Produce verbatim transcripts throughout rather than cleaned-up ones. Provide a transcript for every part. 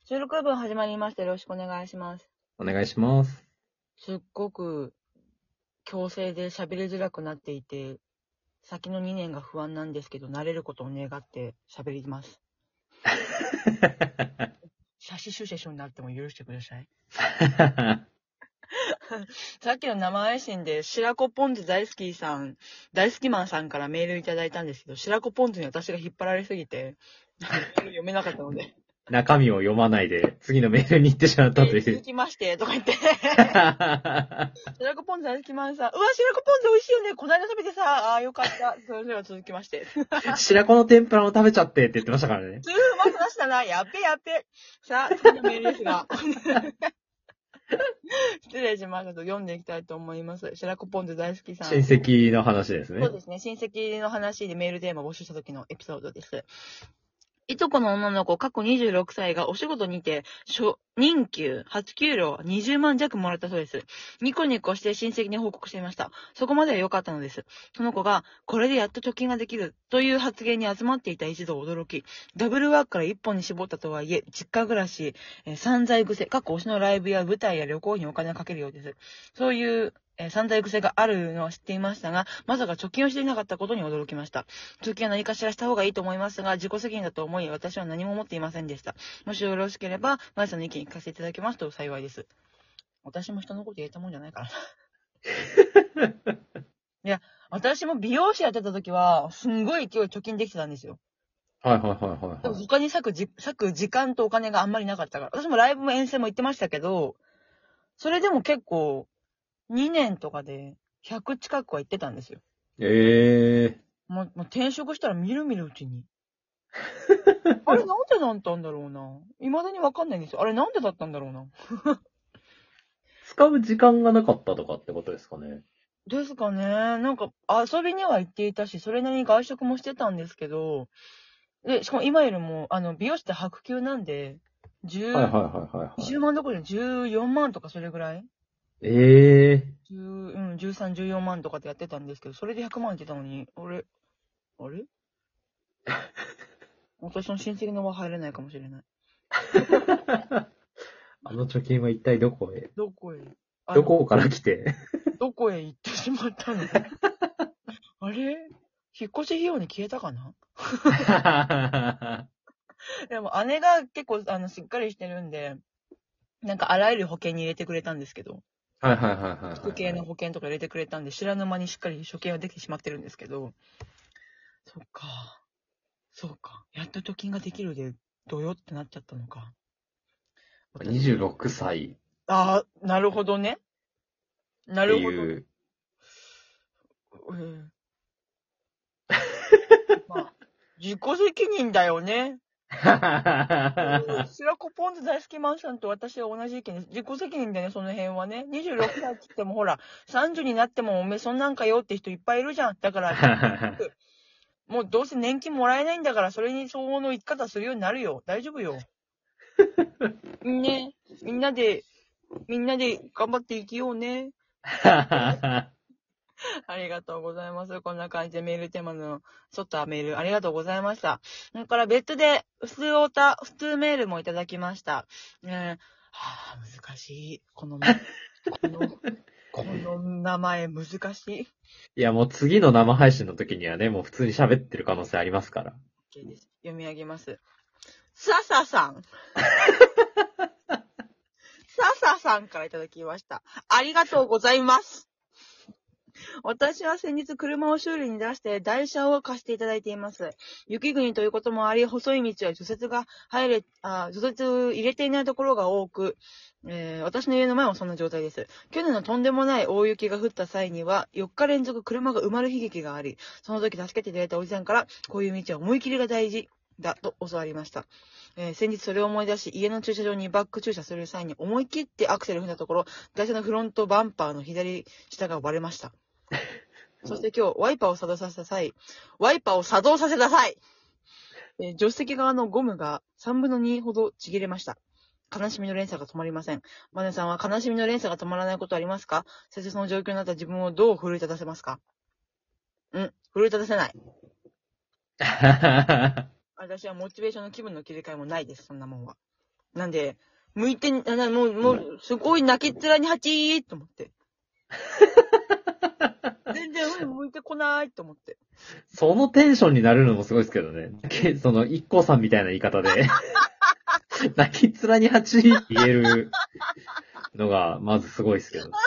収録分始まりました。よろしくお願いします。 お願いします。 すっごく強制で喋りづらくなっていて、先のにねんが不安なんですけど、慣れることを願って喋ります。写真集セッションになっても許してください。さっきの生配信で白子ポン酢大好きさん、大好きマンさんからメールいただいたんですけど、白子ポン酢に私が引っ張られすぎて、メール読めなかったので。 中身を読まないで次のメールに行ってしまったという。 続きまして、とか言って。白子ポン酢大好きマンさん。うわ、白子ポン酢美味しいよね。こないだ食べてさ、ああ、よかった。それでは続きまして。 白子の天ぷらも食べちゃってって言ってましたからね。 すぐうまくなしたな。やっべやっべ。さあ、次のメールですが。失礼しましたと読んでいきたいと思います。白子ポン酢大好きさん。 親戚の話ですね。 そうですね。親戚の話でメールテーマを募集した時のエピソードです。いとこの女の子、過去にじゅうろくさいがお仕事にて、初任給、初給料にじゅうまん弱もらったそうです。ニコニコして親戚に報告していました。そこまでは良かったのです。その子が、これでやっと貯金ができるという発言に集まっていた一同驚き、ダブルワークから一本に絞ったとはいえ、実家暮らし、えー、散財癖、過去推しのライブや舞台や旅行にお金をかけるようです。そういう、えー、散財癖があるのは知っていましたが、まさか貯金をしていなかったことに驚きました。貯金は何かしらした方がいいと思いますが、自己責任だと思い、私は何も思っていませんでした。もしよろしければ、まやさんの意見聞かせていただけますと幸いです。私も人のこと言えたもんじゃないからな。いや、私も美容師やってた時は、すんごい勢い貯金できてたんですよ。 はいはいはいはい、はい。 でも他に割くじ、割く時間とお金があんまりなかったから。私もライブも遠征も行ってましたけど、それでも結構、にねんとかでひゃく近くは行ってたんですよ。 ええー。もう、もう転職したらみるみるうちに。あれなんでだったんだろうな。未だにわかんないんですよ。あれなんでだったんだろうな。 使う時間がなかったとかってことですかね。 ですかね。なんか遊びには行っていたし、それなりに外食もしてたんですけど、で、しかも今よりも、あの、美容師って白球なんで、じゅう、 はいはいはいはい、 じゅうはい。 まんどころでじゅうよんまんとかそれぐらいええー。 じゅう、うん、じゅうさん、じゅうよんまんとかでやってたんですけど、それでひゃくまんって言ったのに、俺、あれ私の親戚の輪入れないかもしれない。 あの貯金は一体どこへどこへどこから来てどこへ行ってしまったのあれ引っ越し費用に消えたかなでも姉が結構あのしっかりしてるんで、なんかあらゆる保険に入れてくれたんですけど、 はいはいはいはいはい、 服系の保険とか入れてくれたんで、知らぬ間にしっかり処刑はできてしまってるんですけど、そっか、そうか、やっと貯金ができるで、どよってなっちゃったのか。 にじゅうろくさい。 ああ、なるほどね。なるほど。 っていう。 えーまあ、自己責任だよね。白子ポン酢大好きマンションと私は同じ意見です。自己責任だね、その辺はね。にじゅうろくさいって言ってもほら、さんじゅうになってもおめえそんなんかよって人いっぱいいるじゃん。だから、もうどうせ年金もらえないんだから、それに相応の生き方するようになるよ。大丈夫よ。ね。みんなで、みんなで頑張って生きようね。ありがとうございます。こんな感じでメールテーマの沿ったメールありがとうございました。それから別で普通オタ、普通メールもいただきました。ね、はぁ、難しい。この、この、この名前難しい。 いやもう次の生配信の時にはね、もう普通に喋ってる可能性ありますから。 OK です。読み上げます。さささん。さささんからいただきました。ありがとうございます。私は先日車を修理に出して台車を貸していただいています。雪国ということもあり、細い道は除雪が入れ、あ、除雪入れていないところが多く、えー、私の家の前もそんな状態です。去年のとんでもない大雪が降った際には、よっか連続車が埋まる悲劇があり、その時助けていただいたおじさんから、こういう道は思い切りが大事だと教わりました。えー、先日それを思い出し、家の駐車場にバック駐車する際に思い切ってアクセルを踏んだところ、台車のフロントバンパーの左下が割れました。そして今日、ワイパーを作動させた際、ワイパーを作動させた際、えー、助手席側のゴムがさんぶんのにほどちぎれました。悲しみの連鎖が止まりません。マネさんは悲しみの連鎖が止まらないことありますか？先生その状況になった自分をどう奮い立たせますか？ん、奮い立たせない。私はモチベーションの気分の切り替えもないです、そんなもんは。 なんで、向いて、あなもう、もう、すごい泣きっ面に蜂ーと思って。全然海向いてこないと思って。 そのテンションになるのもすごいですけどね。けその、一個さんみたいな言い方で、泣きっ面に蜂って言えるのが、まずすごいですけど。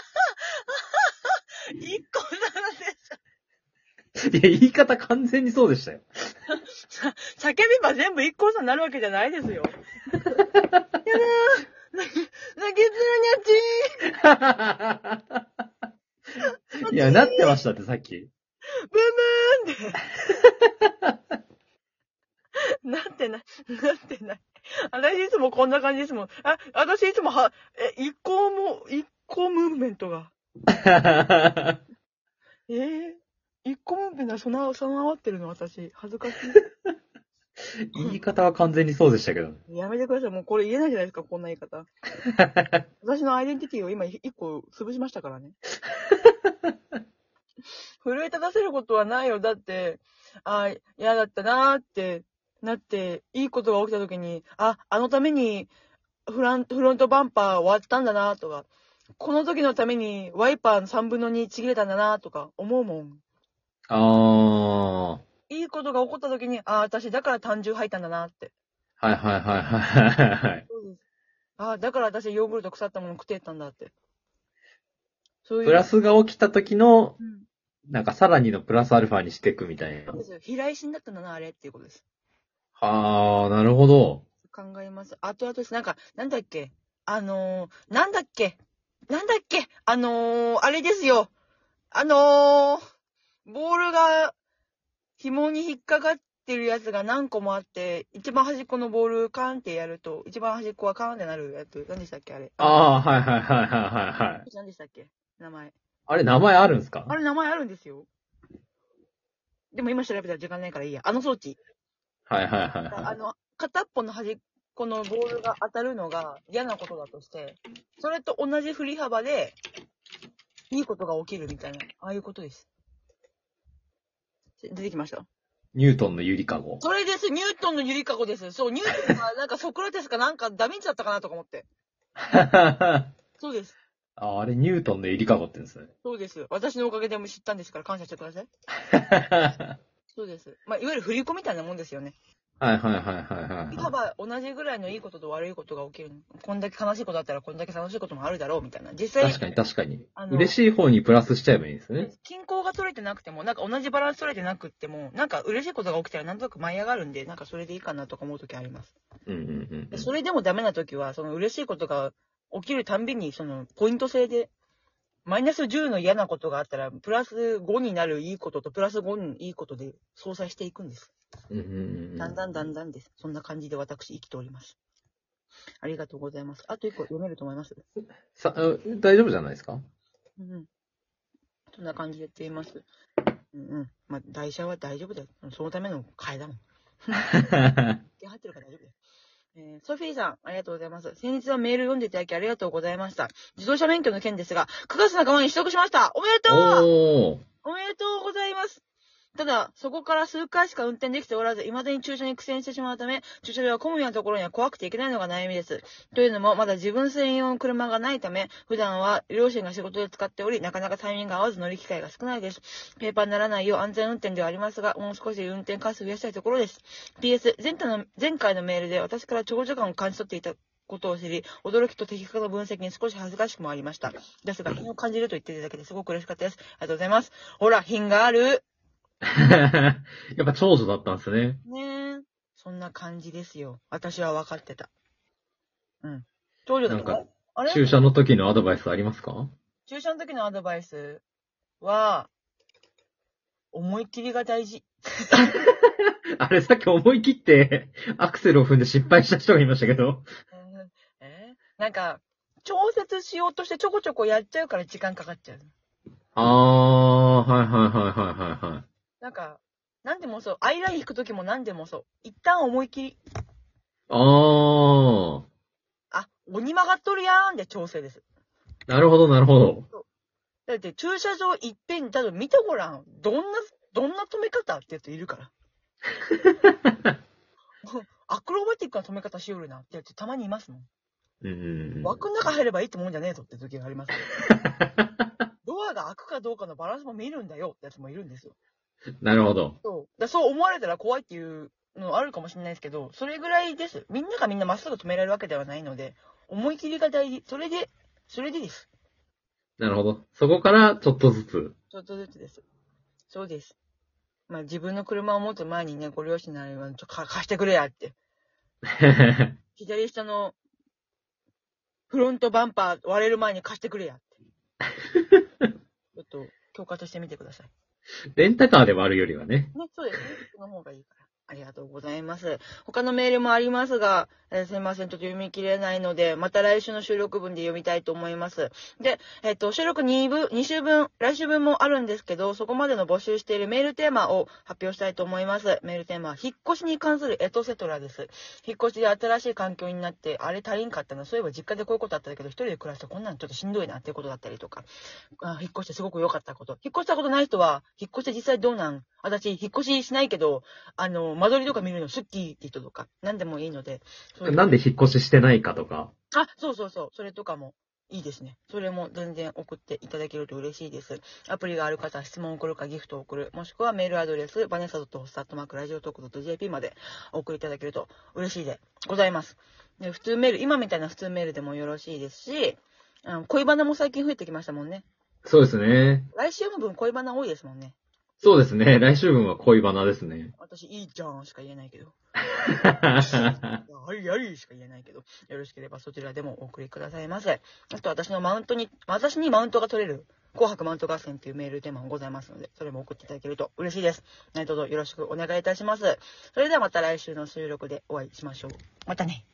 一個さんです。 いや、言い方完全にそうでしたよ。 叫べば全部一個さんになるわけじゃないですよ。やだー。泣きっ面に蜂ー。 いや、なってましたってさっき。 ブーブーンって。なってない。なってない。私いつもこんな感じですもん。あ、私いつもは、え、一個も、一個ムーブメントが。えー、一個ムーブメントがその、そのわってるの私。恥ずかしい。 言い方は完全にそうでしたけど。 やめてください。もうこれ言えないじゃないですか、こんな言い方。私のアイデンティティを今一個潰しましたからね。奮い立たせることはないよ。だって、あ、嫌だったなーってなって、いいことが起きた時に、あ、あのためにフラン、フロントバンパー割ったんだなとか、この時のためにワイパーのさんぶんのにちぎれたんだなとか思うもん。 あー。 いいことが起こった時に、あ、私だから単純入ったんだなって。 はいはいはいはいはい。 そうです。あ、だから私ヨーグルト腐ったもの食ってたんだって。そういう。 プラスが起きた時の、 うん、 なんかさらにのプラスアルファにしていくみたいな。 そうですよ。飛来心だったんだな、あれっていうことです。 はあ、なるほど。 考えます。あとあとです。なんか、なんだっけあのー、なんだっけなんだっけあのー、あれですよ。あのー、ボールが紐に引っかかってるやつが何個もあって、一番端っこのボールカーンってやると、一番端っこはカーンってなるやつ。何でしたっけあれ。 ああ、はいはいはいはいはいはい。 何でしたっけ名前。 あれ名前あるんですか？ あれ名前あるんですよ。でも今調べたら時間ないからいいや。あの装置。 はいはいはいはい。 あの、片っぽの端っこのボールが当たるのが嫌なことだとして、それと同じ振り幅で、いいことが起きるみたいな、ああいうことです。出てきました。 ニュートンのゆりかご。 それです。ニュートンのゆりかごです。そう、ニュートンはなんかソクラテスかなんかダヴィンチだったかなとか思って。そうです。 あ、あれニュートンのゆりかごって言うんですね。 そうです。私のおかげでも知ったんですから感謝してください。そうです。まあ、いわゆる振り子みたいなもんですよね。 はいはいはいはいはい。 いわば同じぐらいのいいことと悪いことが起きる。こんだけ悲しいことあったらこんだけ楽しいこともあるだろうみたいな。実際確かに確かに。 あの嬉しい方にプラスしちゃえばいいんですね。 均衡が取れてなくても、なんか同じバランス取れてなくっても、なんか嬉しいことが起きたらなんとなく舞い上がるんで、なんかそれでいいかなとか思うときあります。 うんうんうん、うん。 それでもダメなときは、その嬉しいことが起きるたんびに、そのポイント制で、マイナスじゅうの嫌なことがあったら、プラスごになるいいこととプラスごのいいことで相殺していくんです。 うんうんうん、 だんだんだんだんです。そんな感じで私生きております。ありがとうございます。あと一個読めると思います。 さ、大丈夫じゃないですか？ うん。そんな感じでやっています。うんうん。まあ、台車は大丈夫だよ。そのための替えだもん。手入ってるから大丈夫だよ。えー、ソフィーさん、ありがとうございます。先日はメール読んでいただきありがとうございました。自動車免許の件ですが、くがつなかばに取得しました。おめでとうおー。 おめでとうございます。ただ、そこから数回しか運転できておらず、未だに駐車に苦戦してしまうため、駐車場は混むようなところには怖くていけないのが悩みです。というのも、まだ自分専用の車がないため、普段は両親が仕事で使っており、なかなかタイミングが合わず乗り機会が少ないです。ペーパーにならないよう安全運転ではありますが、もう少し運転回数を増やしたいところです。ピーエス、前回の、前回のメールで私から長時間を感じ取っていたことを知り、驚きと的確な分析に少し恥ずかしくもありました。ですが、品を感じると言っていただけですごく嬉しかったです。ありがとうございます。ほら、品がある。 やっぱ長女だったんですね。 ねえ。そんな感じですよ。私は分かってた。うん。長女だったなんか、 あれ駐車の時のアドバイスありますか？ 駐車の時のアドバイスは、思い切りが大事。 あれさっき思い切ってアクセルを踏んで失敗した人がいましたけど。 えー、なんか、調節しようとしてちょこちょこやっちゃうから時間かかっちゃう。 あー、はいはいはいはいはいはい。 なんか、なんでもそう、アイライン引く時もなんでもそう。一旦思い切り。 あー。 あ、鬼曲がっとるやーんで調整です。 なるほどなるほど。 だって駐車場いっぺんに、ただ見てごらん。どんな、どんな止め方ってやついるから。 アクロバティックな止め方しよるなってやつたまにいますもん。 うんうんうん。 枠の中入ればいいってもんじゃねえぞって時がありますけど。ドアが開くかどうかのバランスも見るんだよってやつもいるんですよ。 なるほど。 そう。だそう思われたら怖いっていうのあるかもしれないですけど、それぐらいです。みんながみんなまっすぐ止められるわけではないので、思い切りが大事。それで、それでです。 なるほど。そこからちょっとずつ。 ちょっとずつです。そうです。まあ自分の車を持つ前にね、ご両親ならちょっと貸してくれやって。左下のフロントバンパー割れる前に貸してくれやって。ちょっと強化としてみてください。 レンタカーで割るよりはね。 ね、そうですね。その方がいいから。ありがとうございます。他のメールもありますが、えーすいません、ちょっと読み切れないので、また来週の収録分で読みたいと思います。で、えっと、収録にぶ、に週分、来週分もあるんですけど、そこまでの募集しているメールテーマを発表したいと思います。メールテーマは、引っ越しに関するエトセトラです。引っ越しで新しい環境になって、あれ足りんかったな、そういえば実家でこういうことあったけど、一人で暮らしてこんなのちょっとしんどいなっていうことだったりとか、あ引っ越してすごく良かったこと。引っ越したことない人は、引っ越して実際どうなん？私、引っ越ししないけど、あの、間取りとか見るの好きって人とか、何でもいいので。 なんで引っ越ししてないかとか。 あ、そうそうそう。それとかもいいですね。それも全然送っていただけると嬉しいです。アプリがある方は質問を送るかギフトを送る。もしくはメールアドレス、バネサドットホストアットマークラジオトークドット ジェーピー までお送りいただけると嬉しいでございます。で普通メール、今みたいな普通メールでもよろしいですし、あの恋バナも最近増えてきましたもんね。 そうですね。 来週の分恋バナ多いですもんね。 そうですね。来週分は恋バナですね。 私、いいじゃんしか言えないけど。はいはいしか言えないけど。よろしければそちらでもお送りくださいませ。あと私のマウントに、私にマウントが取れる紅白マウント合戦というメールテーマもございますので、それも送っていただけると嬉しいです。何卒よろしくお願いいたします。それではまた来週の収録でお会いしましょう。またね。